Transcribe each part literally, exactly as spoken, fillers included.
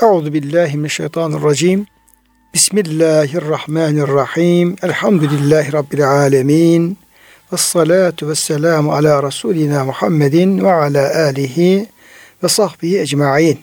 Euzu billahi mineşşeytanirracim. Bismillahirrahmanirrahim. Elhamdülillahi Rabbil alemin. Vessalatu vesselamu ala Resulina Muhammedin ve ala alihi ve sahbihi ecmaîn.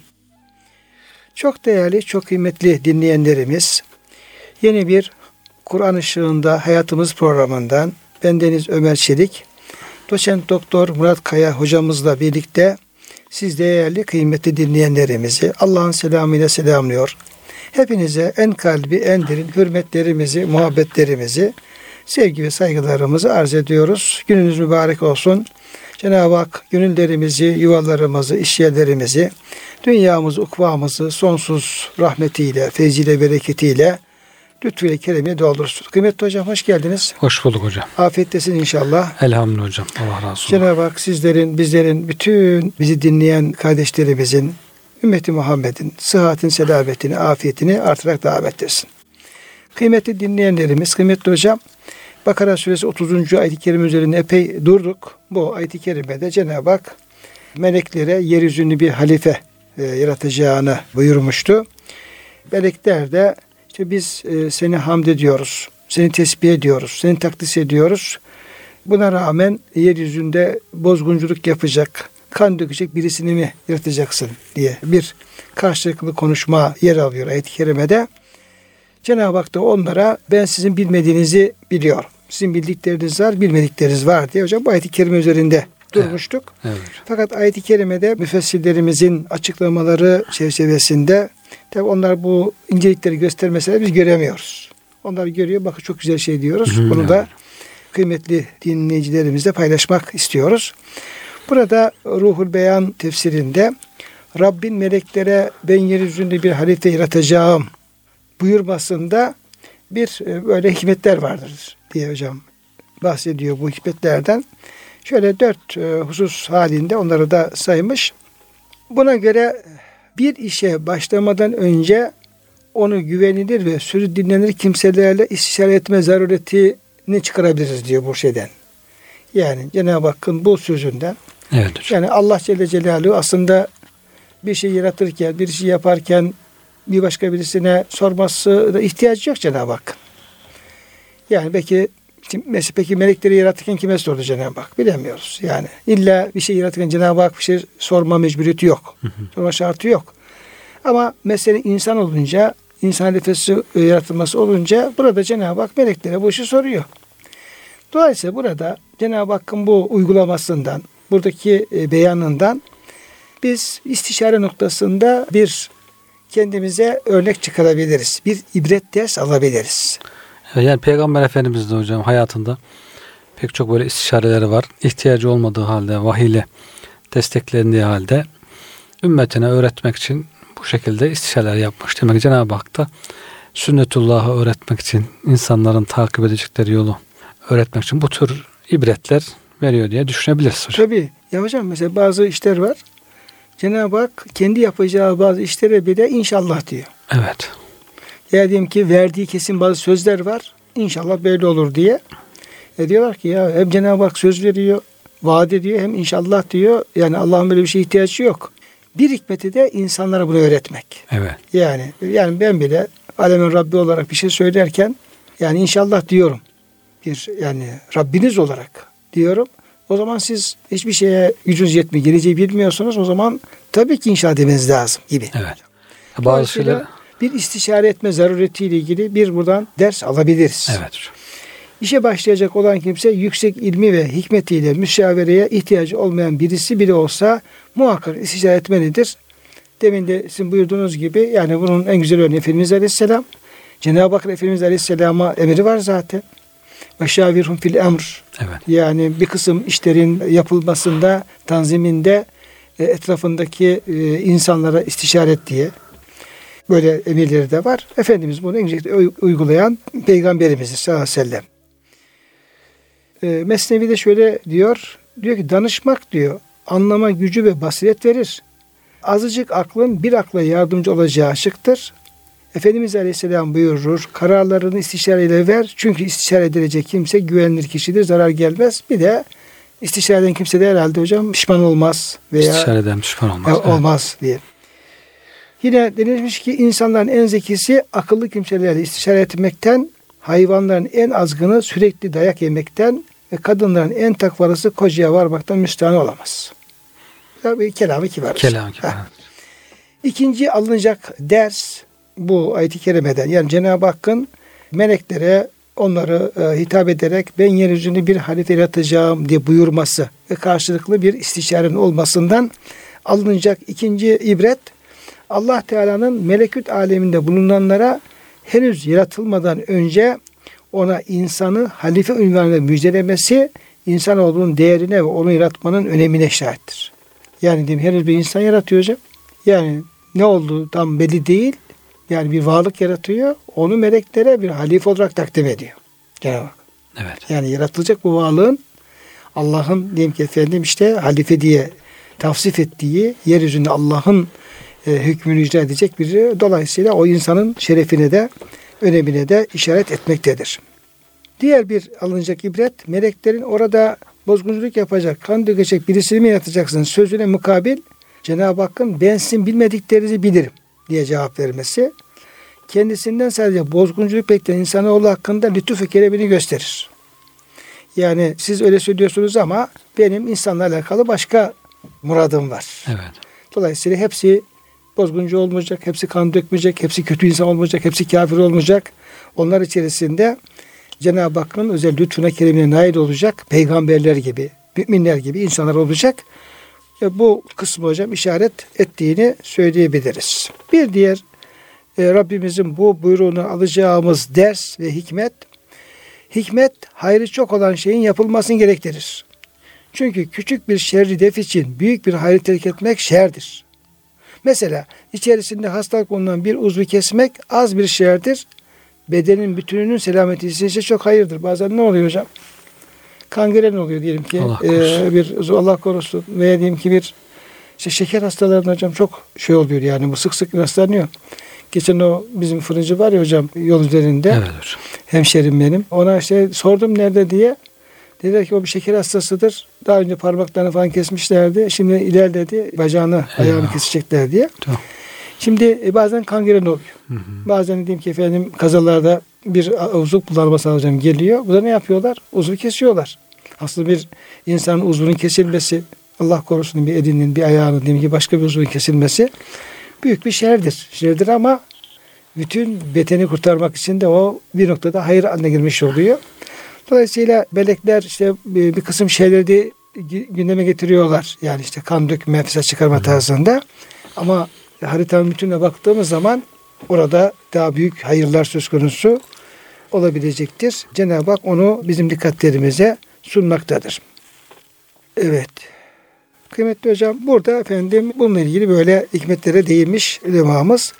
Çok değerli, çok kıymetli dinleyenlerimiz, yeni bir Kur'an ışığında hayatımız programından bendeniz Ömer Çelik, Doçent Doktor Murat Kaya hocamızla birlikte siz değerli, kıymetli dinleyenlerimizi Allah'ın selamıyla selamlıyor. Hepinize en kalbi, en derin hürmetlerimizi, muhabbetlerimizi, sevgi ve saygılarımızı arz ediyoruz. Gününüz mübarek olsun. Cenab-ı Hak gönüllerimizi, yuvalarımızı, işyerlerimizi, dünyamızı, ukvamızı sonsuz rahmetiyle, feyziyle, bereketiyle, lütfuyla, keremiyle doldursun. Kıymetli hocam, hoş geldiniz. Hoş bulduk hocam. Afiyettesin inşallah. Elhamdülillah hocam. Allah razı olsun. Cenab-ı Hak sizlerin, bizlerin, bütün bizi dinleyen kardeşlerimizin, ümmeti Muhammed'in sıhhatin, selametini, afiyetini artırarak devam ettirsin. Kıymetli dinleyenlerimiz, kıymetli hocam, Bakara suresi otuzuncu ayet-i kerime üzerinde epey durduk. Bu ayet-i kerimede Cenab-ı Hak meleklere yeryüzünde bir halife e, yaratacağını buyurmuştu. Melekler de işte biz e, seni hamd ediyoruz, seni tesbih ediyoruz, seni takdis ediyoruz. Buna rağmen yeryüzünde bozgunculuk yapacak, kan dökecek birisini mi yaratacaksın diye bir karşılıklı konuşma yer alıyor ayet-i kerimede. Cenab-ı Hak da onlara ben sizin bilmediğinizi biliyorum. Sizin bildikleriniz var, bilmedikleriniz var diye hocam bu ayet-i kerime üzerinde durmuştuk. Evet, evet. Fakat ayet-i kerimede müfessirlerimizin açıklamaları çerçevesinde tabi onlar bu incelikleri göstermeseler biz göremiyoruz. Onlar görüyor, bakın çok güzel şey diyoruz. Hı, Bunu evet. da kıymetli dinleyicilerimizle paylaşmak istiyoruz. Burada Ruhul Beyan tefsirinde Rabbin meleklere ben yeryüzünde bir halife yaratacağım buyurmasında bir böyle hikmetler vardır diye hocam bahsediyor bu hikmetlerden. Şöyle dört husus halinde onları da saymış. Buna göre bir işe başlamadan önce onu güvenilir ve sözü dinlenir kimselerle istişare etme zaruretini çıkarabiliriz diyor bu şeyden. Yani Cenab-ı Hakk'ın bu sözünden. Evet hocam. Yani Allah Celle Celaluhu aslında bir şey yaratırken, bir şey yaparken bir başka birisine sorması da ihtiyacı yok Cenab-ı Hak. Yani belki mesela peki melekleri yaratırken kime sordu Cenab-ı Hak? Bilemiyoruz. Yani illa bir şey yaratırken Cenab-ı Hak bir şey sorma mecburiyeti yok. Hı hı. Sorma şartı yok. Ama mesele insan olunca, insan halifesi yaratılması olunca burada Cenab-ı Hak meleklere bu işi soruyor. Dolayısıyla burada Cenab-ı Hakk'ın bu uygulamasından, buradaki beyanından biz istişare noktasında bir kendimize örnek çıkarabiliriz. Bir ibret ders alabiliriz. Yani Peygamber Efendimiz de hocam hayatında pek çok böyle istişareleri var. İhtiyacı olmadığı halde, vahiyle desteklendiği halde ümmetine öğretmek için bu şekilde istişareler yapmış. Demek ki Cenab-ı Hak da sünnetullah'ı öğretmek için, insanların takip edecekleri yolu öğretmek için bu tür ibretler veriyor diye düşünebiliriz hocam. Tabii. Ya hocam mesela bazı işler var. Cenab-ı Hak kendi yapacağı bazı işlere bile inşallah diyor. Evet. Ya diyelim ki verdiği kesin bazı sözler var. İnşallah böyle olur diye. E diyorlar ki ya hem Cenab-ı Hak söz veriyor, vaat ediyor, hem inşallah diyor. Yani Allah'ın böyle bir şeye ihtiyacı yok. Bir hikmeti de insanlara bunu öğretmek. Evet. Yani yani ben bile alemin Rabbi olarak bir şey söylerken yani inşallah diyorum. Bir yani Rabbiniz olarak diyorum. O zaman siz hiçbir şeye gücünüz yetmiyor, geleceği bilmiyorsunuz. O zaman tabii ki inşa demeniz lazım gibi. Evet. Bazı şeyler bir istişare etme zaruretiyle ilgili bir buradan ders alabiliriz. Evet. İşe başlayacak olan kimse yüksek ilmi ve hikmetiyle müşavereye ihtiyacı olmayan birisi bile olsa muhakkak istişare etmelidir. Demin de sizin buyurduğunuz gibi yani bunun en güzel örneği Efendimiz Aleyhisselam. Cenab-ı Hak Efendimiz Aleyhisselam'a emri var zaten. Ve şavirhum fil emr. Evet. Yani bir kısım işlerin yapılmasında, tanziminde etrafındaki insanlara istişare et diye böyle emirleri de var. Efendimiz bunu en güzel uygulayan Peygamberimiz sallallahu aleyhi ve sellem. Mesnevi'de şöyle diyor. Diyor ki danışmak diyor anlama gücü ve basiret verir. Azıcık aklın bir akla yardımcı olacağı şıktır. Efendimiz Aleyhisselam buyurur, kararlarını istişareyle ver. Çünkü istişare edilecek kimse güvenilir kişidir, zarar gelmez. Bir de istişare eden kimse de herhalde hocam pişman olmaz. Veya İstişare eden pişman olmaz. E, olmaz evet. diye. Yine denilmiş ki insanların en zekisi akıllı kimselerle istişare etmekten, hayvanların en azgını sürekli dayak yemekten ve kadınların en takvalısı kocaya varmaktan müstahane olamaz. Tabii kelamı kibar. Kelamı kibar. İkinci alınacak ders bu ayet-i kerimeden. Yani Cenab-ı Hakk'ın meleklere onları e, hitap ederek ben yeryüzünde bir halife yaratacağım diye buyurması ve karşılıklı bir istişarenin olmasından alınacak ikinci ibret, Allah Teala'nın melekut aleminde bulunanlara henüz yaratılmadan önce ona insanı halife ünvanıyla müjdelemesi, insanoğlunun değerine ve onu yaratmanın önemine işarettir. Yani diyeyim, henüz bir insan yaratıyor hocam. Yani ne olduğu tam belli değil. Yani bir varlık yaratıyor. Onu meleklere bir halife olarak takdim ediyor. Cenab-ı Hak. Evet. Yani yaratılacak bu varlığın Allah'ın diyelim ki efendim işte halife diye tavsif ettiği, yeryüzünde Allah'ın e, hükmünü icra edecek biri. Dolayısıyla o insanın şerefine de önemine de işaret etmektedir. Diğer bir alınacak ibret, meleklerin orada bozgunculuk yapacak, kan dökecek birisini mi yaratacaksın sözüne mukabil Cenab-ı Hakk'ın ben sizin bilmediklerinizi bilirim diye cevap vermesi, kendisinden sadece bozgunculuk bekleyen insanoğlu hakkında lütuf ve keremini gösterir. Yani siz öyle söylüyorsunuz ama benim insanla alakalı başka muradım var. Evet. Dolayısıyla hepsi bozguncu olmayacak, hepsi kan dökmeyecek, hepsi kötü insan olmayacak, hepsi kafir olmayacak. Onlar içerisinde Cenab-ı Hakk'ın özel lütfuna, keremine nail olacak peygamberler gibi, müminler gibi insanlar olacak. E bu kısmı hocam işaret ettiğini söyleyebiliriz. Bir diğer e, Rabbimizin bu buyruğunu alacağımız ders ve hikmet, hikmet hayrı çok olan şeyin yapılmasını gerektirir. Çünkü küçük bir şerri def için büyük bir hayrı terk etmek şerdir. Mesela içerisinde hastalık bulunan bir uzvu kesmek az bir şerdir. Bedenin bütününün selameti ise çok hayırdır. Bazen ne oluyor hocam? Kangren oluyor diyelim ki. Allah korusun. E, bir Allah korusun. Veya diyelim ki bir işte şeker hastalarında hocam çok şey oluyor yani bu sık sık rastlanıyor. Geçen o bizim fırıncı var ya hocam yol üzerinde. Evet hocam. Hemşerim benim. Ona işte sordum nerede diye. Dediler ki o bir şeker hastasıdır. Daha önce parmaklarını falan kesmişlerdi. Şimdi ilerledi. Bacağını, Eyvah. ayağını kesecekler diye. Tamam. Şimdi e, bazen kangren oluyor. Hı hı. Bazen diyeyim ki efendim kazalarda bir uzvu bulanması hocam geliyor. Bu da ne yapıyorlar? Uzvu kesiyorlar. Aslında bir insanın uzvunun kesilmesi, Allah korusun bir elinin, bir ayağının diyeyim ki başka bir uzvunun kesilmesi büyük bir şerdir. Şerdir ama bütün bedeni kurtarmak için de o bir noktada hayır haline girmiş oluyor. Dolayısıyla melekler işte bir, bir kısım şeyleri de gündeme getiriyorlar. Yani işte kan dökme, fesat çıkarma tarzında. Ama haritanın bütününe baktığımız zaman orada daha büyük hayırlar söz konusu olabilecektir. Cenab-ı Hak onu bizim dikkatlerimize sunmaktadır. Evet. Kıymetli hocam burada efendim bununla ilgili böyle hikmetlere değinmiş ulemamız.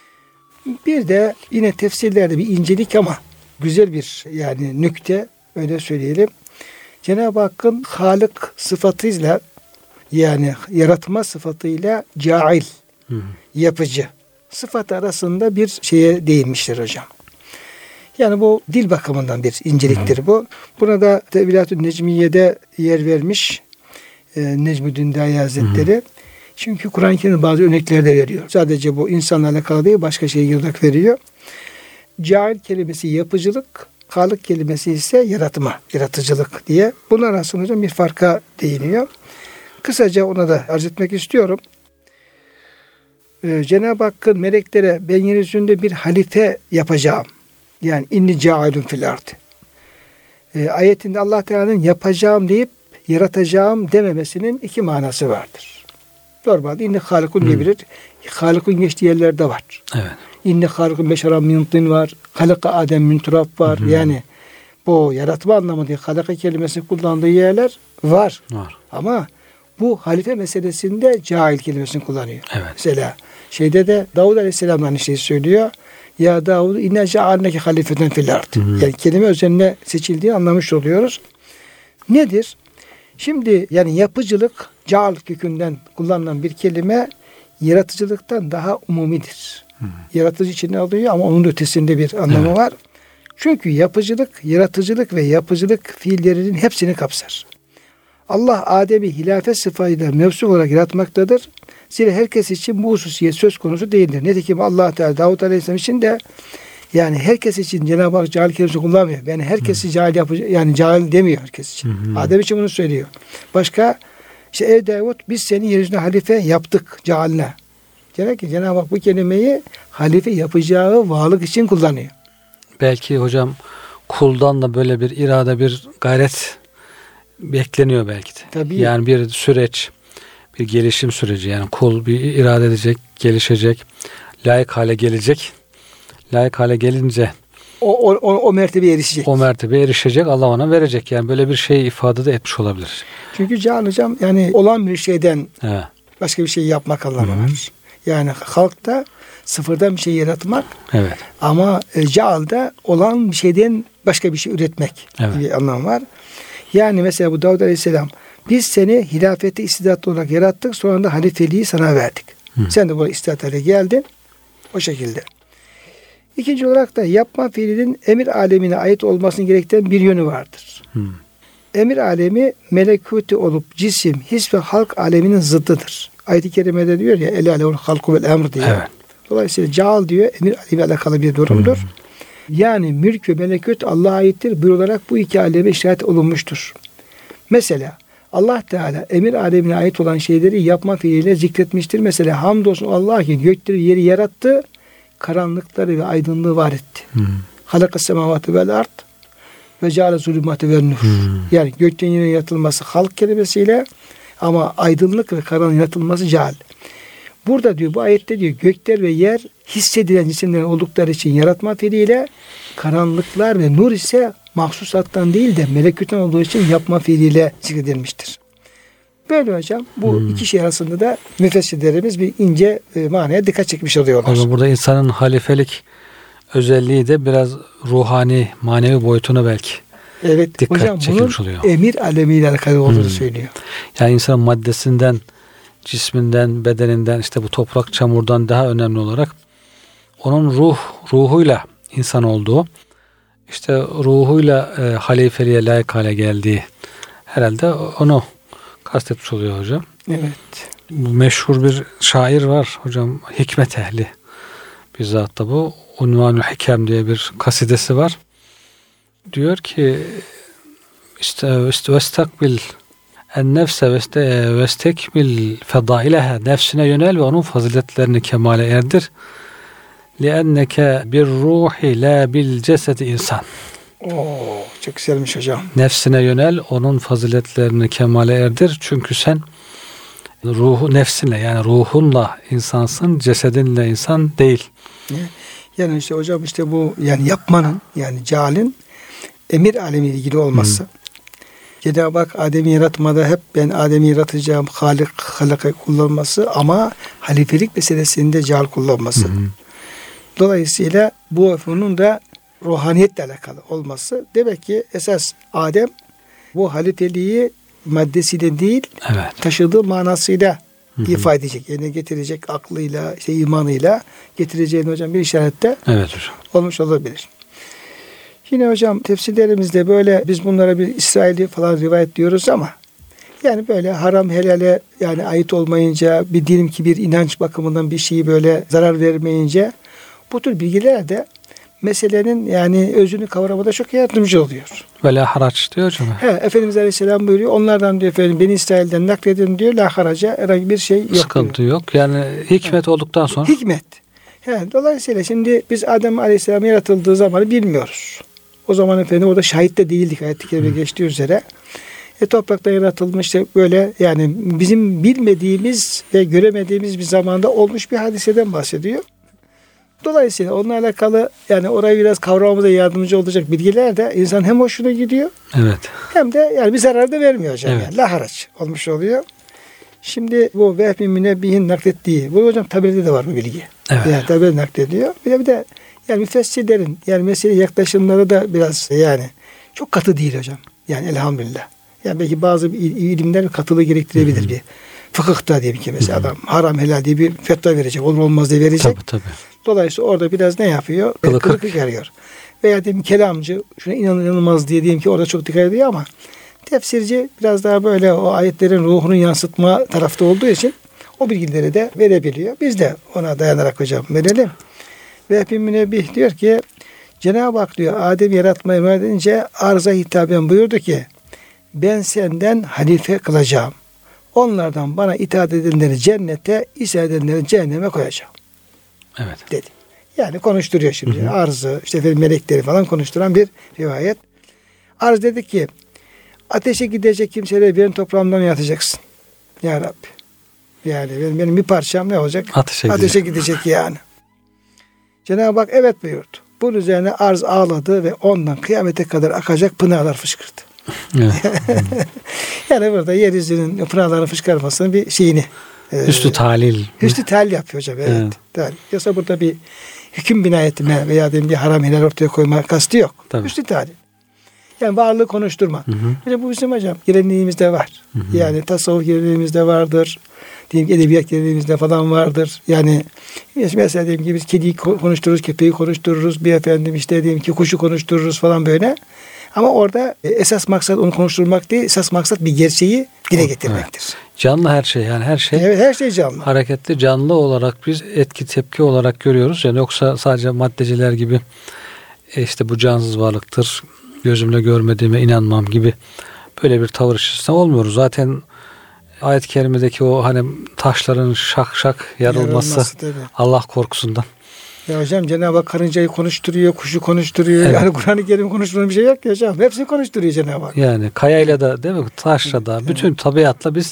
Bir de yine tefsirlerde bir incelik ama güzel bir yani nükte öyle söyleyelim. Cenab-ı Hakk'ın Halık sıfatıyla yani yaratma sıfatıyla cail, hı hı. yapıcı sıfat arasında bir şeye değinmiştir hocam. Yani bu dil bakımından bir inceliktir bu. Buna da Tevilat-ı Necmiye'de yer vermiş e, Necmüddin Dâi Hazretleri. Hı hı. Çünkü Kur'an-ı Kerim'in bazı örnekleri de veriyor. Sadece bu insanla alakalı değil başka şeye örnek veriyor. Cail kelimesi yapıcılık, Halık kelimesi ise yaratma, yaratıcılık diye. Bunlar arasında bir farka değiniyor. Kısaca ona da arz etmek istiyorum. Ee, Cenab-ı Hakk'ın meleklere ben yeryüzünde bir halife yapacağım. Yani inni cailun fil ardı. Ee, ayetinde Allah Teala'nın yapacağım deyip yaratacağım dememesinin iki manası vardır. Normalde inni halikun diyebilir. Halikun geçtiği yerlerde var. Evet. İnne halikun beşeran min tin var. Halaka Adem min turab var. Hı hı. Yani bu yaratma anlamında halaka kelimesini kullandığı yerler var. Var. Ama bu halife meselesinde cail kelimesini kullanıyor. Evet. Mesela şeyde de Davud Aleyhisselam aynı şeyi söylüyor. Ya Davud inne cealneke halifeten fil ard. Yani kelime özeline seçildiğini anlamış oluyoruz. Nedir? Şimdi yani yapıcılık caal kökünden kullanılan bir kelime yaratıcılıktan daha umumidir. Hı. Yaratıcı içine alıyor ama onun ötesinde bir anlamı evet. var. Çünkü yapıcılık, yaratıcılık ve yapıcılık fiillerinin hepsini kapsar. Allah Adem'i hilafet sıfatıyla mevsuf olarak yaratmaktadır. Zira herkes için bu hususiyet söz konusu değildir. Nitekim Allah Teala Davud Aleyhisselam için de yani herkes için Cenab-ı Hak cahil kelimesi kullanmıyor. Yani herkesi cahil yapacak, yani cahil demiyor herkes için. Hı-hı. Adem için bunu söylüyor. Başka işte ey Davud biz seni yeryüzüne halife yaptık cahaline. Demek ki Cenab-ı Hak bu kelimeyi halife yapacağı varlık için kullanıyor. Belki hocam kuldan da böyle bir irade, bir gayret bekleniyor belki de. Tabii. Yani bir süreç, bir gelişim süreci. Yani kul bir irade edecek, gelişecek, layık hale gelecek. Layık hale gelince o, o, o mertebeye erişecek. O mertebeye erişecek, Allah ona verecek. Yani böyle bir şey ifade de etmiş olabilir. Çünkü Can hocam yani olan bir şeyden evet. başka bir şey yapmak anlamı var. Yani halkta sıfırdan bir şey yaratmak. Evet. Ama e, cealda olan bir şeyden başka bir şey üretmek evet. bir anlam var. Yani mesela bu Davud Aleyhisselam biz seni hilafete istidatlı olarak yarattık. Sonra da halifeliği sana verdik. Hı. Sen de buraya istidatlara geldin. O şekilde. İkinci olarak da yapma fiilinin emir alemine ait olmasını gerektiren bir yönü vardır. Hı. Emir alemi melekuti olup cisim, his ve halk aleminin zıddıdır. Ayet-i kerimede diyor ya el alevul halku vel emr diyor. Evet. Dolayısıyla caal diyor emir alemiyle alakalı bir durumdur. Hı. Yani mülk ve melekut Allah'a aittir. Bir olarak bu iki aleme işaret olunmuştur. Mesela Allah Teala emir alemine ait olan şeyleri yapma fiiliyle zikretmiştir. Mesela hamdolsun Allah ki gökleri yeri yarattı, karanlıkları ve aydınlığı var etti. Halakas semavati vel ard ve ceale zulümati vel nur. Yani gökten yerin yaratılması halk kelimesiyle ama aydınlık ve karanlık yaratılması ceal. Burada diyor bu ayette diyor gökler ve yer hissedilen cisimlerin oldukları için yaratma fiiliyle, karanlıklar ve nur ise mahsusattan değil de melekütten olduğu için yapma fiiliyle zikredilmiştir. Böyle hocam bu hmm. iki şey arasında da müfessirlerimiz bir ince e, manaya dikkat çekmiş oluyorlar. Ama burada insanın halifelik özelliği de biraz ruhani, manevi boyutuna belki evet, dikkat hocam, çekilmiş oluyor. Emir alemiyle alakalı olduğunu hmm. söylüyor. Yani insanın maddesinden, cisminden, bedeninden, işte bu toprak, çamurdan daha önemli olarak onun ruh, ruhuyla insan olduğu, işte ruhuyla e, halifeliğe layık hale geldiği herhalde onu kastetmiş oluyor hocam. Evet. Bu meşhur bir şair var hocam, hikmet ehli bizzat da bu. Unvanul Hikem diye bir kasidesi var. Diyor ki işte vestakbil en nefse vestekmil fedaileha, nefsine yönel ve onun faziletlerini kemale erdir. Lienneke bir ruhi la bil cesedi insan. Oo, çok güzelmiş hocam. Nefsine yönel, onun faziletlerini kemale erdir. Çünkü sen ruhu nefsinle, yani ruhunla insansın, cesedinle insan değil. Yani işte hocam işte bu yani yapmanın, yani cealin emir alemiyle ilgili olması. Hı. Cenab-ı Hak Adem'i yaratmada hep ben Adem'i yaratacağım halik halaka kullanması ama halifelik meselesinde ceal kullanması. Hı hı. Dolayısıyla bu bunun da ruhaniyetle alakalı olması. Demek ki esas Adem bu halifeliği maddesiyle değil, evet, taşıdığı manasıyla hı hı. ifade edecek. Yerine getirecek aklıyla, işte imanıyla getireceğini hocam bir işarette evet hocam. olmuş olabilir. Yine hocam tefsirlerimizde böyle biz bunlara bir İsraili falan rivayet diyoruz ama yani böyle haram helale yani ait olmayınca bir diyelim ki bir inanç bakımından bir şeyi böyle zarar vermeyince bu tür bilgiler de meselenin yani özünü kavramada çok yardımcı oluyor. Böyle haraç diyor hocam. He, Efendimiz Aleyhisselam buyuruyor. Onlardan diyor efendim Beni İsrail'den nakledin diyor. La haraca herhangi bir şey yok. Sıkıntı diyor. yok. Yani hikmet he. olduktan sonra. Hikmet. He, dolayısıyla şimdi biz Adem Aleyhisselam yaratıldığı zamanı bilmiyoruz. O zaman efendim orada şahit de değildik. Ayet-i kerime geçtiği üzere. E, toprakta yaratılmıştı böyle yani bizim bilmediğimiz ve göremediğimiz bir zamanda olmuş bir hadiseden bahsediyor. Dolayısıyla onunla alakalı yani orayı biraz kavramamıza yardımcı olacak bilgiler de insan hem hoşuna gidiyor. Evet. Hem de yani bir zarar da vermiyor hocam. Evet. Yani. La haraç olmuş oluyor. Şimdi bu Vehbi Münebbihin naklettiği, bu hocam tabirde de var bu bilgi. Evet. Yani tabirde naklediyor. Bir de, bir de yani müfessirlerin yani mesele yaklaşımları da biraz yani çok katı değil hocam. Yani elhamdülillah. Yani belki bazı ilimler katılı gerektirebilir. Hı-hı. Bir fıkıhta diyelim ki mesela Hı-hı. adam haram helal diye bir fetva verecek. Olur olmaz diye verecek. Tabii tabii. Dolayısıyla orada biraz ne yapıyor? Kılık kırık geliyor. Veya diyelim kelamcı şuna inanılmaz diye diyelim ki orada çok dikkat ediyor ama tefsirci biraz daha böyle o ayetlerin ruhunu yansıtma tarafta olduğu için O bilgileri de verebiliyor. Biz de ona dayanarak hocam verelim. Ve Vehbi Münebbih diyor ki Cenab-ı Hak diyor Adem yaratmayı emredince edince arza hitaben buyurdu ki ben senden halife kılacağım. Onlardan bana itaat edenleri cennete, isyan edenleri cehenneme koyacağım. Evet. Dedi. Yani konuşturuyor şimdi. Hı hı. Arzı, işte melekleri falan konuşturan bir rivayet. Arz dedi ki ateşe gidecek kimseleri benim toprağımdan yatacaksın. Ya Rabbi. Yani benim, benim bir parçam ne olacak? Ateşe, ateşe gidecek. gidecek yani. Cenab-ı Hak evet buyurdu. Bunun üzerine arz ağladı ve ondan kıyamete kadar akacak pınarlar fışkırdı. Evet. Yani burada yeryüzünün pınarların fışkırmasının bir şeyini. Hüsnü talil. Hüsnü talil yapıyor hocam. Evet. evet. Talil. Yoksa burada bir hüküm bina etme veya bir haram helal ortaya koyma kastı yok. Tabii. Hüsnü talil. Yani varlığı konuşturma. Hı hı. İşte bu bizim hocam geleneğimizde var. Hı hı. Yani tasavvuf geleneğimizde vardır. Diyelim ki edebiyat geleneğimizde falan vardır. Yani mesela diyelim ki biz kediyi konuştururuz, köpeği konuştururuz. Bir efendim işte diyelim ki kuşu konuştururuz falan böyle. Ama orada esas maksat onu konuşturmak değil, esas maksat bir gerçeği dile getirmektir. Evet. Canlı her şey yani her şey. Evet her şey canlı. Hareketli canlı olarak biz etki tepki olarak görüyoruz. Yani yoksa sadece maddeciler gibi e işte bu cansız varlıktır. Gözümle görmediğime inanmam gibi böyle bir tavır içerisinde olmuyoruz. Zaten ayet-i kerimedeki o hani taşların şak şak yarılması, yarılması Allah korkusundan. Ya hocam Cenab-ı Hak karıncayı konuşturuyor, kuşu konuşturuyor. Evet. Yani Kur'an-ı Kerim konuşturan bir şey yok ki hocam. Hepsini konuşturuyor Cenab-ı Hak. Yani kayayla da değil mi? Taşla da evet. Bütün tabiatla biz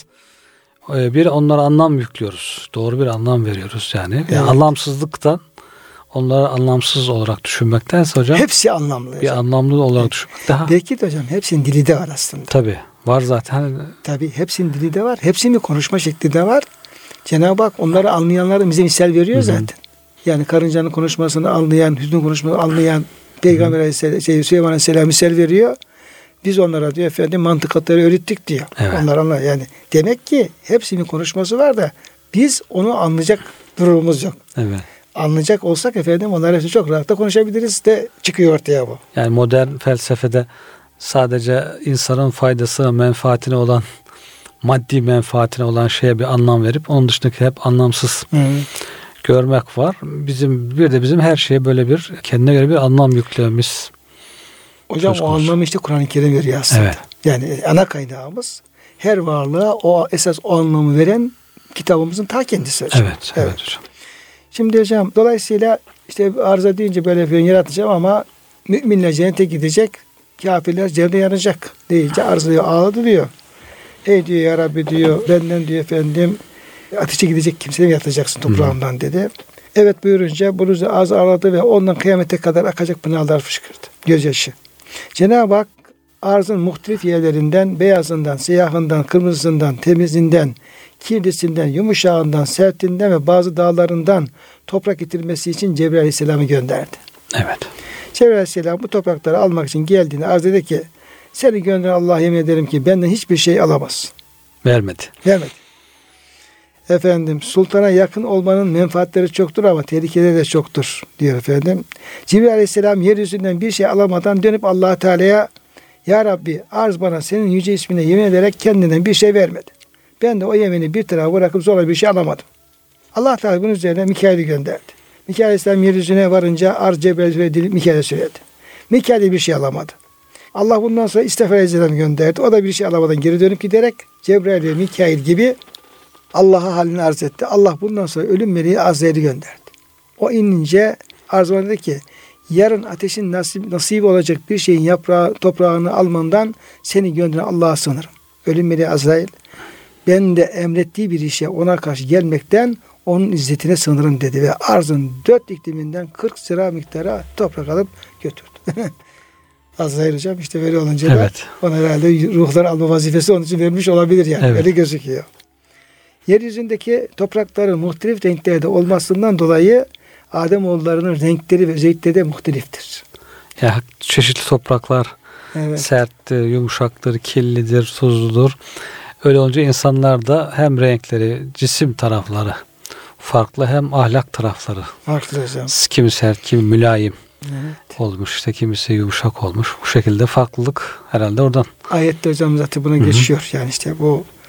bir onlara anlam yüklüyoruz. Doğru bir anlam veriyoruz yani. Evet. Yani anlamsızlıktan onları anlamsız olarak düşünmektense hocam. Hepsi anlamlı. Bir hocam. anlamlı olarak evet. Düşünmek daha. Belki de hocam hepsinin dili de var aslında. Tabii. Var zaten. Tabii hepsinin dili de var. Hepsinin konuşma şekli de var. Cenab-ı Hak onları anlayanları bize misal veriyor Hı-hı. zaten. Yani karıncanın konuşmasını anlayan, hüznün konuşmasını anlayan Peygamber Aleyhisselam, şey, Süleyman Aleyhisselam misal veriyor. Biz onlara diyor efendim mantıkatları öğrettik diyor. Evet. Onlar anlar. Yani demek ki hepsinin konuşması var da biz onu anlayacak durumumuz yok. Evet. Anlayacak olsak efendim onlar hepsi çok rahat da konuşabiliriz de çıkıyor ortaya bu. Yani modern felsefede sadece insanın faydası, menfaatine olan, maddi menfaatine olan şeye bir anlam verip onun dışındaki hep anlamsız Hı. görmek var. Bizim bir de bizim her şeye böyle bir kendine göre bir anlam yüklememiz. Hocam o anlamı işte Kur'an-ı Kerim veriyor aslında. Evet. Yani ana kaynağımız her varlığa o esas o anlamı veren kitabımızın ta kendisi hocam. Evet, evet, evet hocam. Şimdi hocam dolayısıyla işte arıza deyince böyle bir yaratacağım ama müminler cennete gidecek, kafirler cehenneme yanacak deyince arzı ağladı diyor. Ey diyor ya Rabbi diyor benden diyor efendim ateşe gidecek kimseye yatacaksın toprağımdan hmm. dedi. Evet buyurunca bunu az ağladı ve ondan kıyamete kadar akacak pınarlar fışkırdı. Gözyaşı. Cenab-ı Hak arzın muhtelif yerlerinden, beyazından, siyahından, kırmızısından, temizinden, kirlisinden, yumuşağından, sertinden ve bazı dağlarından toprak getirmesi için Cebrail Aleyhisselam'ı gönderdi. Evet. Cebrail Aleyhisselam bu toprakları almak için geldiğinde arz dedi ki seni gönderen Allah'a yemin ederim ki benden hiçbir şey alamazsın. Vermedi. Vermedi. Efendim sultana yakın olmanın menfaatleri çoktur ama tehlikeleri de çoktur diyor efendim. Cebrail Aleyhisselam yeryüzünden bir şey alamadan dönüp Allah Teala'ya ya Rabbi arz bana senin yüce ismine yemin ederek kendinden bir şey vermedi. Ben de o yemini bir tarafa bırakıp zorla bir şey alamadım. Allah Teala bunun üzerine Mikail'i gönderdi. Mikail Aleyhisselam yeryüzüne varınca arz Cebrail'e Mikail'e söyledi. Mikail de bir şey alamadı. Allah bundan sonra İsrafil Aleyhisselam gönderdi. O da bir şey alamadan geri dönüp giderek Cebrail ve Mikail gibi Allah'a halini arz etti. Allah bundan sonra ölüm meleği Azrail'i gönderdi. O inince arz dedi ki yarın ateşin nasip, nasibi olacak bir şeyin yaprağı, toprağını almandan seni gönderen Allah'a sığınırım. Ölüm meleği Azrail ben de emrettiği bir işe ona karşı gelmekten onun izzetine sığınırım dedi ve arzın dört ikliminden kırk sıra miktara toprak alıp götürdü. Azrail hocam işte böyle olunca evet. da ona herhalde ruhları alma vazifesi onun için verilmiş olabilir yani. Evet. Öyle gözüküyor. Yeryüzündeki toprakların muhtelif renklerde olmasından dolayı Ademoğullarının renkleri ve özellikleri de muhteliftir. Ya çeşitli topraklar evet. serttir, yumuşaktır, kirlidir, tuzludur. Öyle olunca insanlar da hem renkleri, cisim tarafları farklı hem ahlak tarafları. Farklı hocam. Kimi sert, kimi mülayim evet. olmuş, işte kimisi yumuşak olmuş. Bu şekilde farklılık herhalde oradan. Ayette hocam zaten buna Hı-hı. geçiyor. Yani işte bu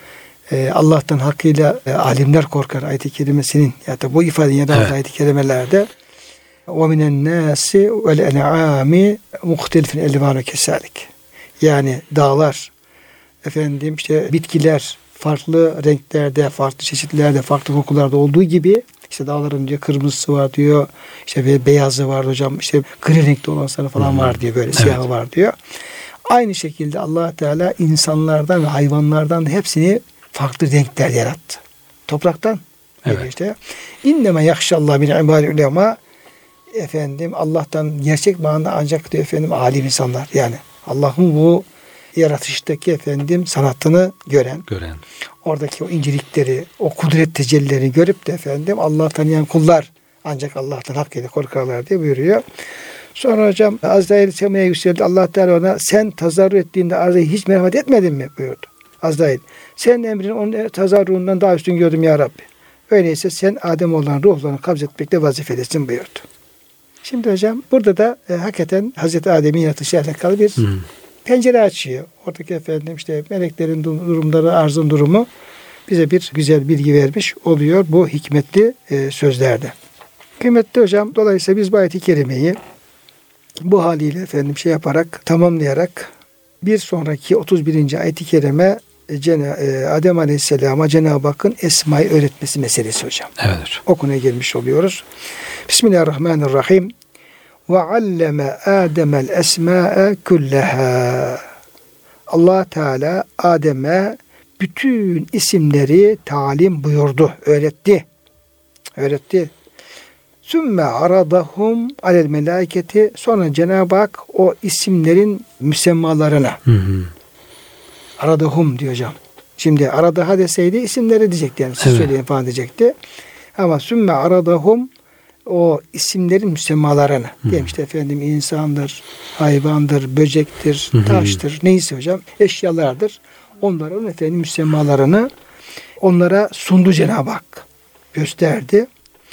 e, Allah'tan hakkıyla e, alimler korkar ayet-i kerimesinin ya da bu ifadenin ya da evet. ayet-i kerimelerde وَمِنَ النَّاسِ وَالْاَنْعَامِ مُخْتَلِفٍ اَلْوَانُ كَسَالِكِ yani dağlar, efendim işte bitkiler farklı renklerde, farklı çeşitlerde, farklı kokularda olduğu gibi işte dağların diyor kırmızısı var diyor, işte beyazı var hocam, işte gri renkli olanları falan hmm. var diyor, böyle evet. siyahı var diyor. Aynı şekilde Allah Teala insanlardan ve hayvanlardan hepsini farklı renkler yarattı. Topraktan. Evet. İşte inneme yahşallah min ibadil ulema efendim Allah'tan gerçek manada ancak diyor efendim alim insanlar, yani Allah'ın bu yaratıştaki efendim sanatını gören, gören, oradaki o incelikleri, o kudret tecellilerini görüp de efendim Allah tanıyan kullar ancak Allah'tan hakkıyla korkarlar diye buyuruyor. Sonra hocam Azrail semaya yükseldi. Allah Teala ona sen tazarru ettiğinde arzayı hiç merhamet etmedin mi buyurdu. Azrail sen emrin onun tazarruğundan daha üstün gördüm ya Rabbi. Öyleyse sen Adem olan ruhlarını kabz etmekle vazifelisin buyurdu. Şimdi hocam burada da e, hakikaten Hazreti Adem'in yaratışıyla alakalı bir hmm. pencere açıyor. Oradaki efendim işte meleklerin durumları, arzın durumu bize bir güzel bilgi vermiş oluyor bu hikmetli e, sözlerde. Kıymetli hocam, dolayısıyla biz bu ayet-i kerimeyi bu haliyle efendim şey yaparak, tamamlayarak bir sonraki otuz birinci ayet-i kerime Cena- Adem Aleyhisselam'a Cenab-ı Hakk'ın esmayı öğretmesi meselesi hocam. Evet hocam. O konuya gelmiş oluyoruz. Bismillahirrahmanirrahim. Ve alleme Adem'el esma'e kulleha. Allah Teala Adem'e bütün isimleri talim buyurdu, öğretti. Öğretti. Sümme aradahum alel melâiketi. Sonra Cenab-ı Hak o isimlerin müsemmalarına. Hı hı. Aradahum diyor hocam. Şimdi aradaha deseydi isimleri diyecekti, yani siz evet. söyleyin falan diyecekti. Ama sümme aradahum o isimlerin müsemmalarına. Hı. Diyelim işte efendim insandır, hayvandır, böcektir, hı hı. taştır, neyse hocam eşyalardır. Onların efendim müsemmalarını onlara sundu Cenab-ı Hak. Gösterdi.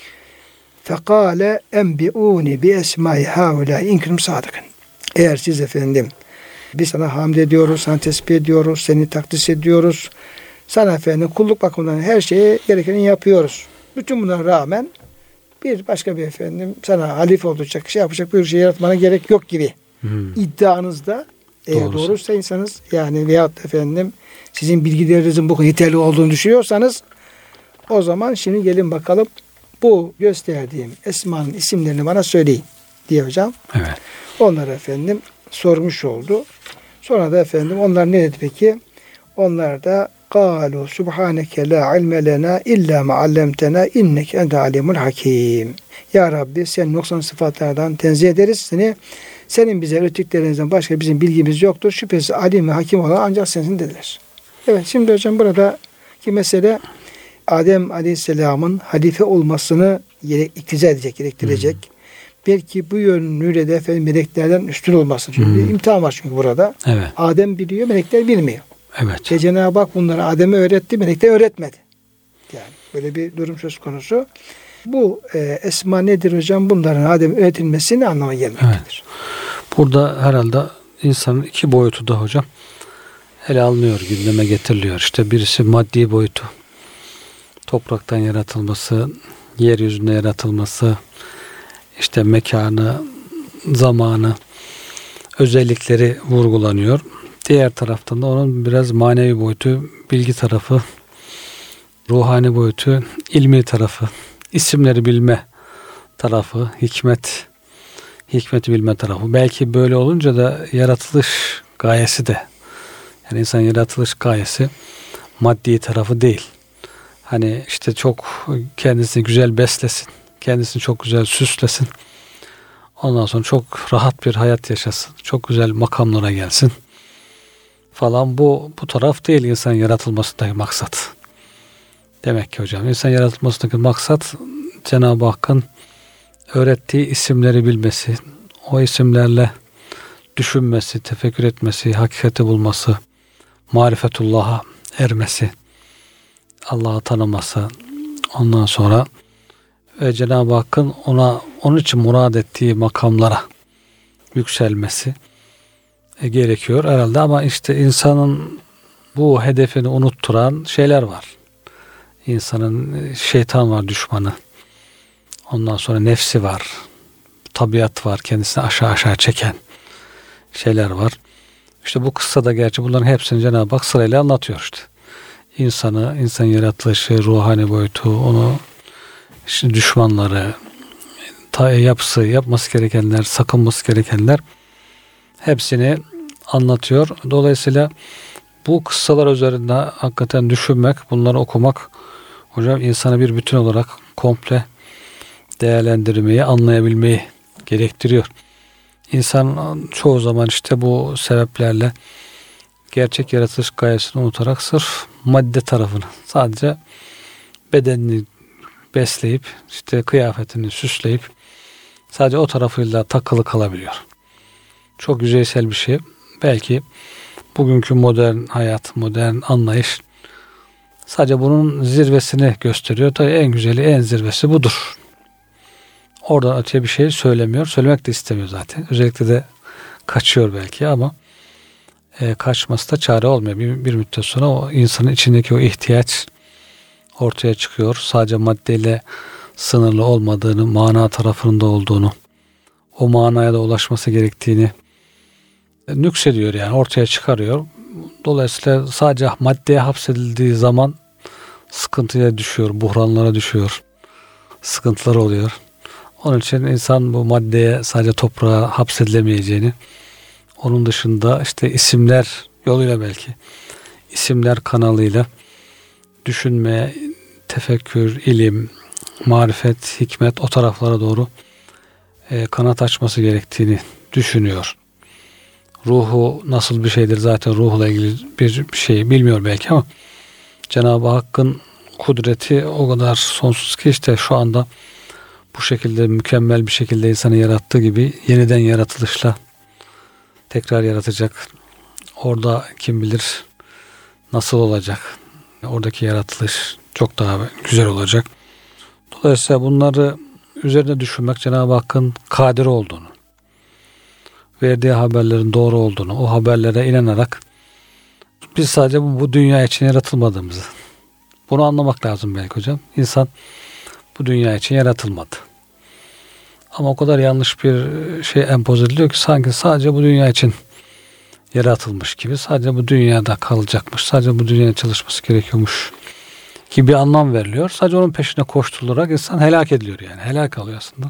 Fekale enbi'uni bi esmai haulâi in kuntum sâdıkın. Eğer siz efendim biz sana hamd ediyoruz, sana tesbih ediyoruz, seni takdis ediyoruz. Sana efendim kulluk bakımından her şeye gerekeni yapıyoruz. Bütün buna rağmen bir başka bir efendim sana halife olacak, şey yapacak bir şey yaratmana gerek yok gibi hmm. iddianızda eğer doğruysanız yani veyahut efendim sizin bilgilerinizin bu yeterli olduğunu düşünüyorsanız o zaman şimdi gelin bakalım bu gösterdiğim esmanın isimlerini bana söyleyin diye hocam. Evet. Onlara efendim sormuş oldu. Sonra da efendim onlar ne dedi peki? Onlar da قَالُوا سُبْحَانَكَ لَا عِلْمَ لَنَا اِلَّا مَا عَلَّمْتَنَا اِنَّكَ اَنْتَ عَلِيمُ الْحَكِيمُ. Ya Rabbi sen noksan sıfatlardan tenzih ederiz seni. Senin bize öğrettiklerinizden başka bizim bilgimiz yoktur. Şüphesiz alim ve hakim olan ancak sensin dediler. Evet, şimdi hocam burada ki mesele Adem Aleyhisselam'ın halife olmasını iktiza edecek, gerektirecek. Hmm. Belki bu yönüyle de efendim meleklerden üstün olması. Çünkü hmm. imtihan var çünkü burada. Evet. Adem biliyor, melekler bilmiyor. Evet. Ve Cenab-ı Hak bunları Adem'e öğretti, melekler öğretmedi. Yani böyle bir durum söz konusu. Bu e, esma nedir hocam? Bunların Adem'e öğretilmesini anlama gelmektedir. Evet. Burada herhalde insanın iki boyutu da hocam ele alınıyor, gündeme getiriliyor. İşte birisi maddi boyutu. Topraktan yaratılması, yeryüzünde yaratılması, işte mekanı, zamanı, özellikleri vurgulanıyor. Diğer taraftan da onun biraz manevi boyutu, bilgi tarafı, ruhani boyutu, ilmi tarafı, isimleri bilme tarafı, hikmet, hikmeti bilme tarafı. Belki böyle olunca da yaratılış gayesi de, yani insan yaratılış gayesi maddi tarafı değil. Hani işte çok kendisini güzel beslesin, kendisini çok güzel süslesin. Ondan sonra çok rahat bir hayat yaşasın, çok güzel makamlara gelsin falan. Bu bu taraf değil insan yaratılmasındaki maksat. Demek ki hocam insan yaratılmasındaki maksat Cenab-ı Hakk'ın öğrettiği isimleri bilmesi, o isimlerle düşünmesi, tefekkür etmesi, hakikati bulması, marifetullah'a ermesi, Allah'ı tanıması, ondan sonra ve Cenab-ı Hakk'ın ona onun için murad ettiği makamlara yükselmesi e, gerekiyor herhalde. Ama işte insanın bu hedefini unutturan şeyler var. İnsanın şeytan var, düşmanı. Ondan sonra nefsi var. Tabiat var, kendisini aşağı aşağı çeken şeyler var. İşte bu kıssada gerçi bunların hepsini Cenab-ı Hak sırayla anlatıyor işte. İnsanı, insan yaratılışı, ruhani boyutu, onu işte düşmanları, ta yapısı, yapması gerekenler, sakınması gerekenler hepsini anlatıyor. Dolayısıyla bu kıssalar üzerinde hakikaten düşünmek, bunları okumak hocam insanı bir bütün olarak komple değerlendirmeyi, anlayabilmeyi gerektiriyor. İnsan çoğu zaman işte bu sebeplerle gerçek yaratılış gayesini unutarak sırf madde tarafını, sadece bedenini besleyip, işte kıyafetini süsleyip sadece o tarafıyla takılı kalabiliyor. Çok yüzeysel bir şey. Belki bugünkü modern hayat, modern anlayış sadece bunun zirvesini gösteriyor. Tabii en güzeli, en zirvesi budur. Oradan öteye bir şey söylemiyor. Söylemek de istemiyor zaten. Özellikle de kaçıyor belki ama e, kaçması da çare olmuyor. Bir, bir müddet sonra o insanın içindeki o ihtiyaç ortaya çıkıyor. Sadece maddeyle sınırlı olmadığını, mana tarafında olduğunu, o manaya da ulaşması gerektiğini e, nüksediyor, yani ortaya çıkarıyor. Dolayısıyla sadece maddeye hapsedildiği zaman sıkıntıya düşüyor, buhranlara düşüyor, sıkıntılar oluyor. Onun için insan bu maddeye, sadece toprağa hapsedilemeyeceğini, onun dışında işte isimler yoluyla, belki isimler kanalıyla düşünme, tefekkür, ilim, marifet, hikmet, o taraflara doğru e, kanat açması gerektiğini düşünüyor. Ruhu nasıl bir şeydir, zaten ruhla ilgili bir şey bilmiyor belki ama Cenab-ı Hakk'ın kudreti o kadar sonsuz ki işte şu anda bu şekilde mükemmel bir şekilde insanı yarattığı gibi yeniden yaratılışla tekrar yaratacak. Orada kim bilir nasıl olacak. Oradaki yaratılış çok daha güzel olacak. Dolayısıyla bunları üzerine düşünmek, Cenab-ı Hakk'ın kadir olduğunu, verdiği haberlerin doğru olduğunu, o haberlere inanarak biz sadece bu, bu dünya için yaratılmadığımızı, bunu anlamak lazım belki hocam. İnsan bu dünya için yaratılmadı. Ama o kadar yanlış bir şey empoze ediliyor ki sanki sadece bu dünya için yaratılmış gibi, sadece bu dünyada kalacakmış, sadece bu dünyada çalışması gerekiyormuş gibi bir anlam veriliyor. Sadece onun peşine koşturularak insan helak ediliyor, yani helak alıyor aslında.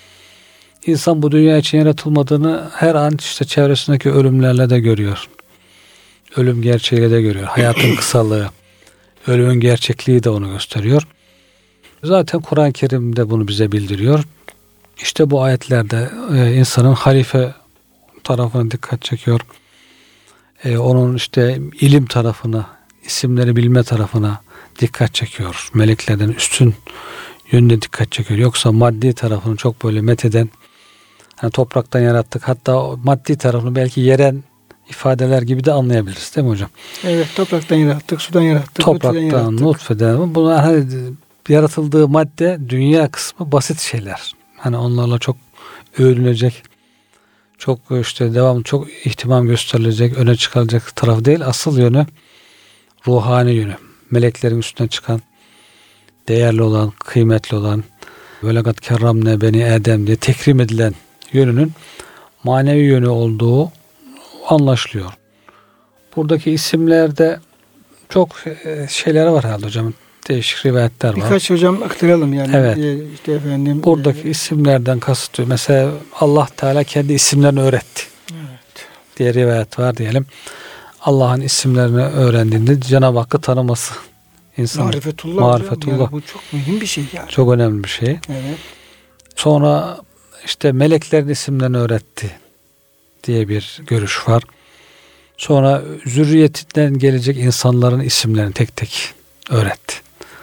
İnsan bu dünya için yaratılmadığını her an işte çevresindeki ölümlerle de görüyor. Ölüm gerçeğiyle de görüyor. Hayatın kısalığı, ölümün gerçekliği de onu gösteriyor. Zaten Kur'an-ı Kerim de bunu bize bildiriyor. İşte bu ayetlerde e, insanın halife tarafına dikkat çekiyor. E, onun işte ilim tarafına, isimleri bilme tarafına dikkat çekiyor. Meleklerden üstün yönüne dikkat çekiyor. Yoksa maddi tarafını çok böyle metheden, hani topraktan yarattık, hatta maddi tarafını belki yeren ifadeler gibi de anlayabiliriz, değil mi hocam? Evet, topraktan yarattık, sudan yarattık, topraktan, nutfeden. Bunlar hani yaratıldığı madde, dünya kısmı basit şeyler. Hani onlarla çok övünülecek, çok işte devam, çok ihtimam gösterilecek, öne çıkarılacak taraf değil. Asıl yönü ruhani yönü. Meleklerin üstüne çıkan, değerli olan, kıymetli olan, velakat kerramne beni Adem diye tekrim edilen yönünün manevi yönü olduğu anlaşılıyor. Buradaki isimlerde çok şeyler var herhalde hocam. Değişik rivayetler var. Birkaç hocam aktaralım yani. Evet. Ee, işte efendim. Buradaki e, isimlerden kasıtıyor. Mesela Allah Teala kendi isimlerini öğretti. Evet. Diye rivayet var diyelim. Allah'ın isimlerini öğrendiğinde Cenab-ı Hakk'ı tanıması. İnsan Marifetullah. Marifetullah. Yani bu çok mühim bir şey yani. Çok önemli bir şey. Evet. Sonra işte meleklerin isimlerini öğretti diye bir görüş var. Sonra zürriyetinden gelecek insanların isimlerini tek tek öğretti.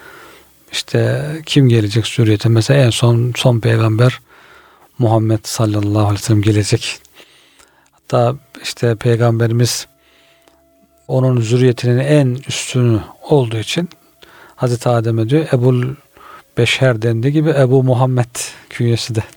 İşte kim gelecek zürriyete? Mesela en son son peygamber Muhammed sallallahu aleyhi ve sellem gelecek. Hatta işte peygamberimiz onun zürriyetinin en üstünü olduğu için Hazreti Adem'e diyor Ebul Beşer dendiği gibi Ebu Muhammed künyesi de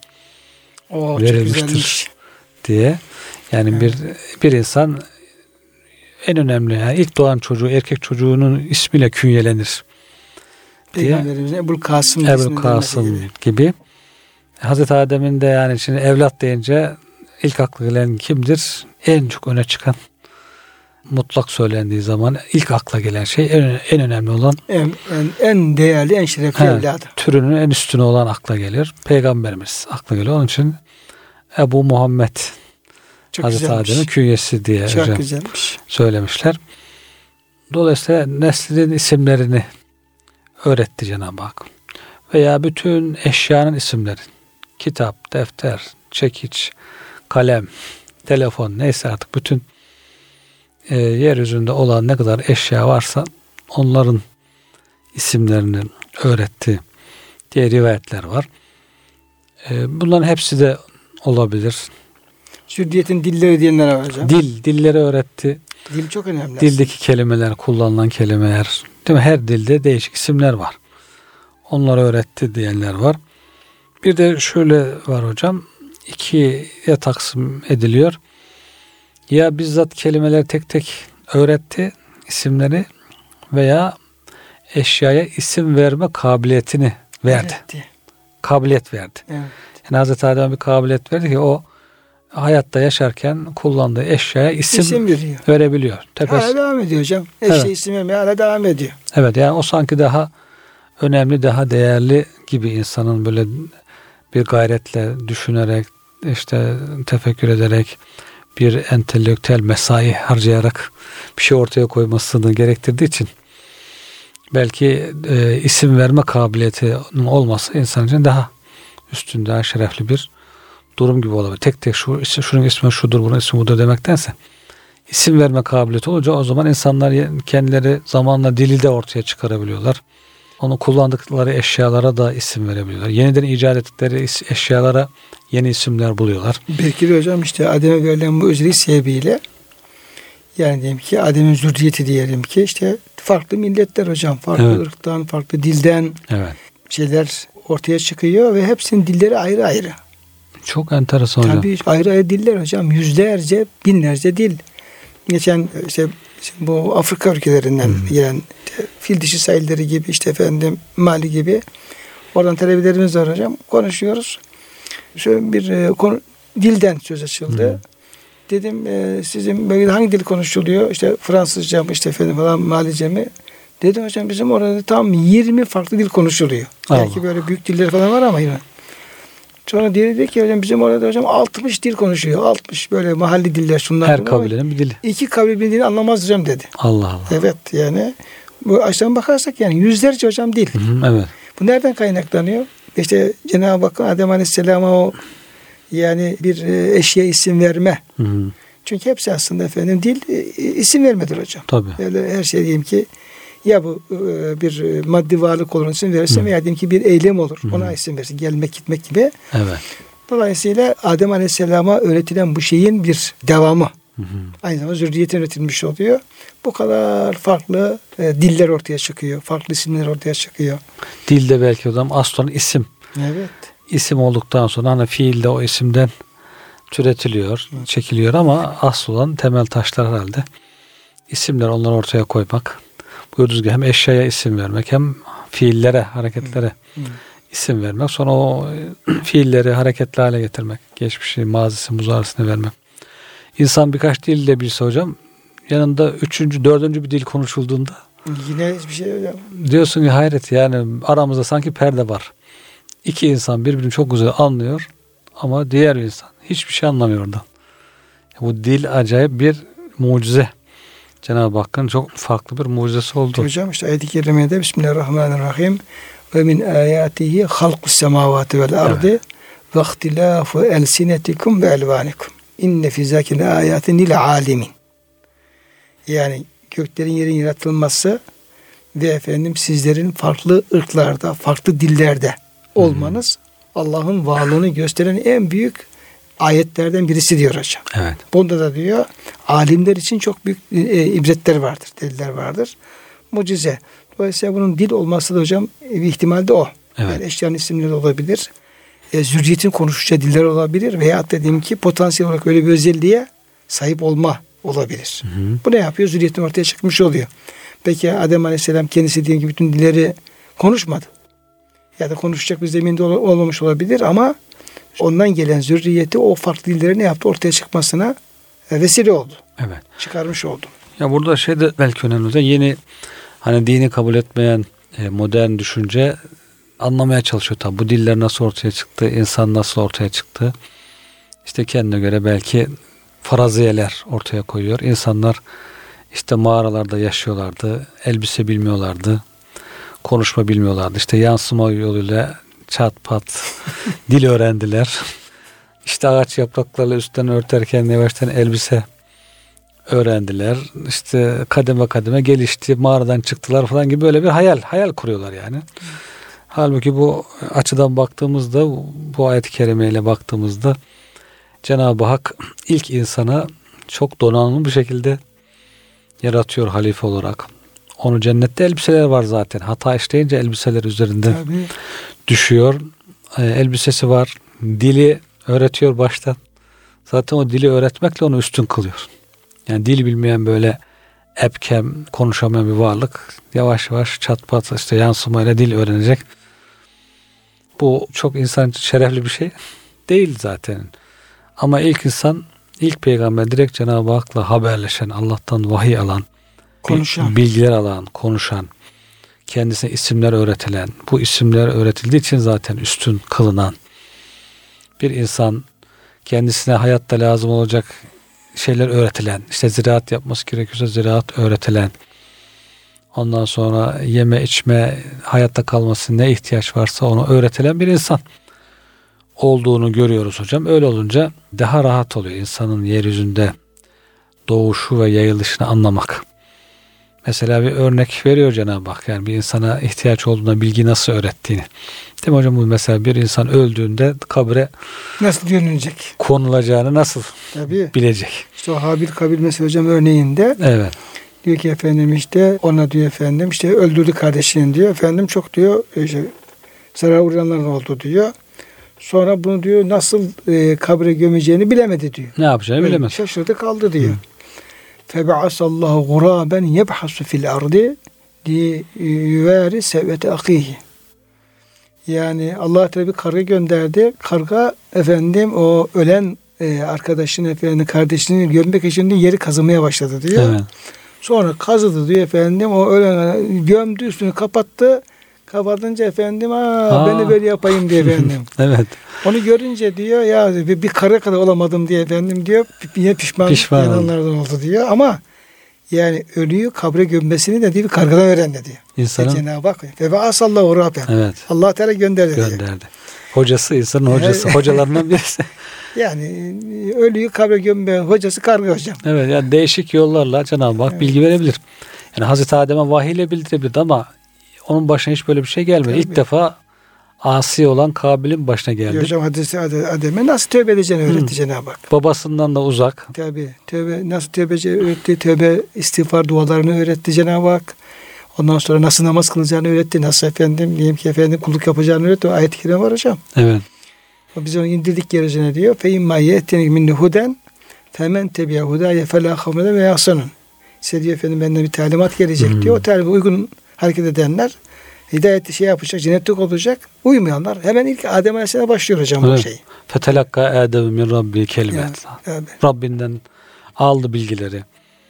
Oo, verilmiştir diye. Yani evet. bir bir insan en önemli, yani ilk doğan çocuğu erkek çocuğunun ismiyle künyelenir. Peygamberimizin Ebul Kasım, Ebul Kasım gibi. Hazreti Adem'in de yani şimdi evlat deyince ilk akla gelen kimdir? En çok öne çıkan, mutlak söylendiği zaman ilk akla gelen şey, en, en önemli olan, en, en, en değerli, en şerefli he, evladı. Türünün en üstüne olan akla gelir. Peygamberimiz akla geliyor. Onun için Ebu Muhammed, Çok Hazreti güzelmiş. Adem'in künyesi diye Çok hocam güzelmiş. söylemişler. Dolayısıyla neslinin isimlerini öğretti Cenab-ı Hak. Veya bütün eşyanın isimleri. Kitap, defter, çekiç, kalem, telefon, neyse artık bütün e, yeryüzünde olan ne kadar eşya varsa onların isimlerini öğretti diye rivayetler var. E, bunların hepsi de olabilir. Zürriyetin dilleri diyenler var hocam. Dil, dilleri öğretti. Dil çok önemli. Dildeki kelimeler, kullanılan kelimeler, değil mi? Her dilde değişik isimler var. Onları öğretti diyenler var. Bir de şöyle var hocam, ikiye taksim ediliyor. Ya bizzat kelimeleri tek tek öğretti, isimleri, veya eşyaya isim verme kabiliyetini verdi. Öğretti. Kabiliyet verdi. Evet. Yani Hazreti Adem'e bir kabiliyet verdi ki o hayatta yaşarken kullandığı eşyaya isim, İsim veriyor. verebiliyor. Tepesi. Hala devam ediyor hocam. Eşya Evet. isim vermeye hala devam ediyor. Evet, yani o sanki daha önemli, daha değerli gibi, insanın böyle bir gayretle düşünerek, işte tefekkür ederek, bir entelektüel mesai harcayarak bir şey ortaya koymasını gerektirdiği için belki e, isim verme kabiliyetinin olması insan için daha üstün, daha şerefli bir durum gibi olabilir. Tek tek şu, şunun ismi şudur, bunun ismi budur demektense isim verme kabiliyeti olunca o zaman insanlar kendileri zamanla dili de ortaya çıkarabiliyorlar. Onu kullandıkları eşyalara da isim verebiliyorlar. Yeniden icat ettikleri eşyalara yeni isimler buluyorlar. Belki de hocam işte Adem'e verilen bu özellik sebebiyle, yani diyelim ki Adem'in zürriyeti diyelim ki işte farklı milletler hocam, farklı Evet. ırktan, farklı dilden Evet. şeyler ortaya çıkıyor ve hepsinin dilleri ayrı ayrı. Çok enteresan hocam. Tabii ayrı ayrı diller hocam. Yüzlerce, binlerce dil. Geçen işte bu Afrika ülkelerinden Hmm. gelen işte, fil dişi sahilleri gibi, işte efendim Mali gibi, oradan televizyonlarımız var hocam. Konuşuyoruz. Şöyle bir e, konu, dilden söz açıldı. Hmm. Dedim e, sizin bölgede hangi dil konuşuluyor? İşte Fransızca mı, işte efendim falan, Malice mi? Dedim hocam bizim orada tam yirmi farklı dil konuşuluyor. Allah. Belki böyle büyük diller falan var ama yine. Sonra diğeri dedi ki hocam bizim orada hocam altmış dil konuşuyor. altmış böyle mahalli diller, şunlar. Her bunlar. kabilenin bir dili. İki kabile bildiğini anlamaz hocam dedi. Allah Allah. Evet, yani bu açıdan bakarsak yani yüzlerce hocam dil. Hı hı, evet. Bu nereden kaynaklanıyor? İşte Cenab-ı Hakk'ın Adem Aleyhisselam'a o yani bir e, eşya isim verme. Hı hı. Çünkü hepsi aslında efendim dil e, isim vermedir hocam. Tabii. Böyle her şey diyeyim ki ya bu e, bir maddi varlık olur isim verirse, veya diyelim ki bir eylem olur. Hı. Ona isim verirsin. Gelmek gitmek gibi. Evet. Dolayısıyla Adem Aleyhisselam'a öğretilen bu şeyin bir devamı. Hı hı. Aynı zamanda zürriyeti üretilmiş oluyor. Bu kadar farklı e, diller ortaya çıkıyor. Farklı isimler ortaya çıkıyor. Dilde belki hocam aslen isim. Evet. İsim olduktan sonra hani fiil de o isimden türetiliyor, Evet. çekiliyor ama asıl olan temel taşlar herhalde isimler, onları ortaya koymak. Buyurduğunuz gibi hem eşyaya isim vermek, hem fiillere, hareketlere Hı. isim vermek. Sonra o fiilleri hareketli hale getirmek. Geçmişi, mazisi, muzarısını vermek. İnsan birkaç dil de bilse hocam, yanında üçüncü, dördüncü bir dil konuşulduğunda Yine hiçbir şey hocam. diyorsun ki hayret, yani aramızda sanki perde var. İki insan birbirini çok güzel anlıyor ama diğer insan hiçbir şey anlamıyor oradan. Bu dil acayip bir mucize. Cenab-ı Hakk'ın çok farklı bir mucizesi oldu. Hocam işte ayet-i kerimede Bismillahirrahmanirrahim ve min ayatihi halkus semavati vel ardı ve ihtilafu elsinetikum ve elvanikum inne fi zâkine ayatin lil alimin. Yani göklerin yerin yaratılması ve efendim sizlerin farklı ırklarda, farklı dillerde olmanız Allah'ın varlığını gösteren en büyük ayetlerden birisi diyor hocam. Evet. Bunda da diyor alimler için çok büyük e, ibretler vardır, deliller vardır. Mucize. Dolayısıyla bunun dil olması da hocam bir ihtimal de o. Evet. Yani eşyanın isimleri de olabilir. E, zürriyetin konuşacağı diller olabilir. Veya dediğim ki potansiyel olarak öyle bir özelliğe sahip olma olabilir. Hı hı. Bu ne yapıyor? Zürriyetin ortaya çıkmış oluyor. Peki Adem Aleyhisselam kendisi diye gibi bütün dilleri konuşmadı. Ya da konuşacak bir zeminde ol- olmamış olabilir ama ondan gelen zürriyeti o farklı dilleri ne yaptı? Ortaya çıkmasına e, vesile oldu. Evet. Çıkarmış oldu. Ya burada şey de belki önemli. Yeni hani dini kabul etmeyen e, modern düşünce anlamaya çalışıyor tabi. Bu diller nasıl ortaya çıktı? İnsan nasıl ortaya çıktı? İşte kendine göre belki faraziyeler ortaya koyuyor. İnsanlar işte mağaralarda yaşıyorlardı. Elbise bilmiyorlardı. Konuşma bilmiyorlardı. İşte yansıma yoluyla çat pat dil öğrendiler. İşte ağaç yapraklarıyla üstten örterken yavaştan elbise öğrendiler. İşte kademe kademe gelişti. Mağaradan çıktılar falan gibi böyle bir hayal. Hayal kuruyorlar yani. Hmm. Halbuki bu açıdan baktığımızda, bu ayet-i kerimeyle baktığımızda Cenab-ı Hak ilk insana çok donanımlı bir şekilde yaratıyor halife olarak. Onu cennette elbiseler var zaten. Hata işleyince elbiseler üzerinde Tabii. düşüyor. E, elbisesi var. Dili öğretiyor baştan. Zaten o dili öğretmekle onu üstün kılıyor. Yani dil bilmeyen böyle epkem, konuşamayan bir varlık yavaş yavaş çat pat işte yansımayla dil öğrenecek. Bu çok insan için şerefli bir şey değil zaten. Ama ilk insan, ilk peygamber direkt Cenab-ı Hak'la haberleşen, Allah'tan vahiy alan, konuşan, bilgiler alan, konuşan, kendisine isimler öğretilen, bu isimler öğretildiği için zaten üstün kılınan bir insan, kendisine hayatta lazım olacak şeyler öğretilen, işte ziraat yapması gerekiyorsa ziraat öğretilen, ondan sonra yeme içme, hayatta kalması ne ihtiyaç varsa onu öğretilen bir insan olduğunu görüyoruz hocam. Öyle olunca daha rahat oluyor insanın yeryüzünde doğuşu ve yayılışını anlamak. Mesela bir örnek veriyor Cenab-ı Hak. Yani bir insana ihtiyaç olduğunda bilgi nasıl öğrettiğini. Değil mi hocam? Bu mesela bir insan öldüğünde kabre nasıl dönülecek? Konulacağını nasıl Tabii. bilecek? İşte o Habil Kabil mesela hocam örneğinde. Evet. Diyor ki efendim işte ona diyor efendim işte öldürdü kardeşini diyor. Efendim çok diyor işte, zarar uğrayanların oldu diyor. Sonra bunu diyor nasıl e, kabre gömeceğini bilemedi diyor. Ne yapacağını Öyle bilemez. Şaşırdı kaldı diyor. Febe'asallahu guraben yebhasu fil ardi di yuvari sevete akihi. Yani Allah Teala bir karga gönderdi. Karga efendim o ölen e, arkadaşının efendim kardeşini gömmek için de yeri kazımaya başladı diyor. Evet. Sonra kazıdı diyor efendim. O ölen gömdü, üstünü kapattı. Kapatınca efendim aa, ben de böyle yapayım diye efendim. Evet. Onu görünce diyor ya bir, bir kara kadar olamadım diye efendim diyor. Yine pişman, pişman yananlardan oldu diyor. Ama yani ölüyü kabre gömmesini de diyor bir kargadan öğrendi diyor. İnsanın... Cenab-ı Hak ve asallahu rabben. Evet. Allah Teala gönderdi. Gönderdi. Diyor. Hocası insanın hocası. Hocalarından birisi. Yani ölüyü kabre gömme hocası karga hocam. Evet yani değişik yollarla Cenab-ı Hak evet. bilgi verebilir. Yani Hazreti Adem'e vahiyle bildirebilirdi ama onun başına hiç böyle bir şey gelmedi. Tabii. İlk defa asi olan Kabil'in başına geldi. Hocam Hazreti Adem'e nasıl tövbe edeceğini öğretti Cenab-ı Hak. Babasından da uzak. Tabii. Tövbe, nasıl tövbe öğretti. Tövbe istiğfar dualarını öğretti Cenab-ı Hak. Ondan sonra nasıl namaz kılacağını öğretti. Nasıl efendim diyeyim ki efendim kulluk yapacağını öğretti. O ayet-i kerime var hocam. Evet. Biz onu indirdik yeryüzüne diyor. Fe imma ye'teni minni huden femen tebi'a hudaye felâ havmede ve yahsanun. Size diyor efendim benden bir talimat gelecek hmm. diyor. O talimata uygun hareket edenler hidayeti şey yapacak, cennetlik olacak. Uymayanlar hemen ilk Adem Aleyhisselam'a başlıyor hocam evet. bu şey. Fetelakka Adem min Rabbi kelimet. Yani, Rabbinden aldı bilgileri.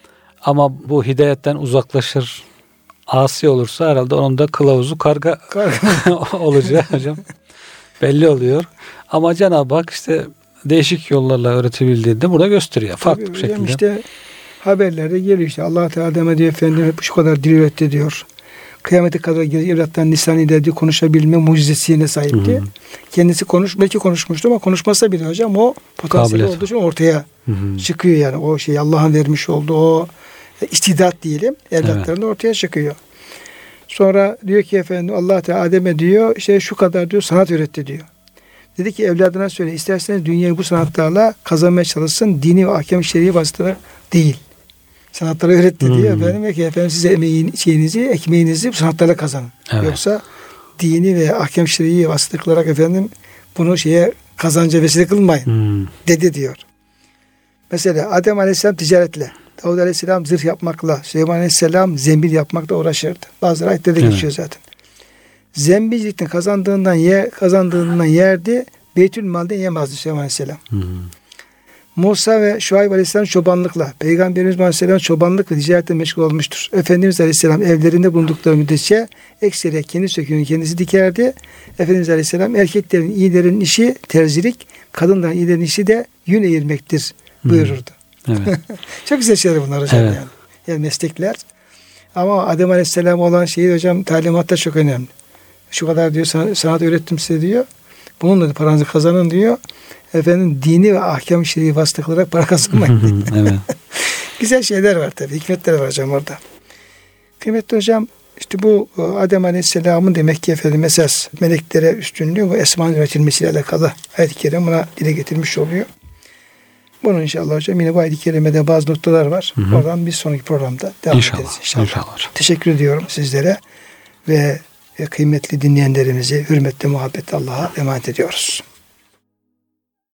Ama bu hidayetten uzaklaşır, asi olursa herhalde onun da kılavuzu karga, karga. olacak hocam. Belli oluyor. Ama Cenab-ı Hak işte değişik yollarla öğretebildiğini de burada gösteriyor. Farklı Tabii, bir şekilde. İşte haberlerde geliyor işte Allah Teala Adem'e diyor efendim şu kadar dil öğretti diyor. Kıyamete kadar evlattan lisanıyla diyor konuşabilme mucizesine sahipti. Hı-hı. Kendisi konuş belki konuşmuştu ama konuşmasa bile hocam o potansiyel olduğu için ortaya Hı-hı. çıkıyor yani. O şey Allah'ın vermiş olduğu o istidat diyelim evlatlarında evet. ortaya çıkıyor. Sonra diyor ki efendim Allah Teala Adem'e diyor işte şu kadar diyor sanat öğretti diyor. Dedi ki evladına söyle isterseniz dünyayı bu sanatlarla kazanmaya çalışsın. Dini ve ahkam-ı şer'i vasıtalar değil. Sanatları öğretti hmm. diyor. Efendim ki efendim size emeğin, şeyinizi, ekmeğinizi bu sanatlarla kazanın. Evet. Yoksa dini ve ahkam-ı şer'i vasıta kılarak efendim bunu şeye kazanca vesile kılmayın. Hmm. Dedi diyor. Mesela Adem Aleyhisselam ticaretle Davud Aleyhisselam zırh yapmakla, Süleyman Aleyhisselam zembil yapmakla uğraşırdı. Bazı ayetlerde Evet. geçiyor zaten. Zembilcilikten kazandığından yer, kazandığından yerde Beytül Mal'de yemezdi Süleyman Aleyhisselam. Hı hı. Musa ve Şuayb Aleyhisselam çobanlıkla, Peygamberimiz Aleyhisselam çobanlıkla ticaretle meşgul olmuştur. Efendimiz Aleyhisselam evlerinde bulundukları müddetçe ekseriye kendi söküğünü kendisi dikerdi. Efendimiz Aleyhisselam erkeklerin iyilerin işi terzilik, kadınların iyilerin işi de yün eğirmektir buyururdu. Evet. Çok güzel şeyler bunlar hocam Evet. yani. Yani meslekler. Ama Adem Aleyhisselam olan şeyi hocam talimatta çok önemli. Şu kadar diyor san- sanat öğrettim size diyor. Bununla da paranızı kazanın diyor. Efendim dini ve ahkam şer'i vasıta kılarak para kazanmayın diyor. Evet. Güzel şeyler var tabii. Hikmetler var hocam orada. Kıymetli hocam işte bu Adem Aleyhisselam'ın demek ki efendim esas meleklere üstünlüğü bu esmanın üretilmesiyle alakalı ayet-i kerime buna dile getirmiş oluyor. Bunun inşallah hocam yine bu ayet-i kerimede bazı noktalar var. Hı hı. Oradan bir sonraki programda devam İnşallah. ederiz inşallah. İnşallah hocam. Teşekkür ediyorum sizlere ve kıymetli dinleyenlerimizi hürmetle muhabbetle Allah'a emanet ediyoruz.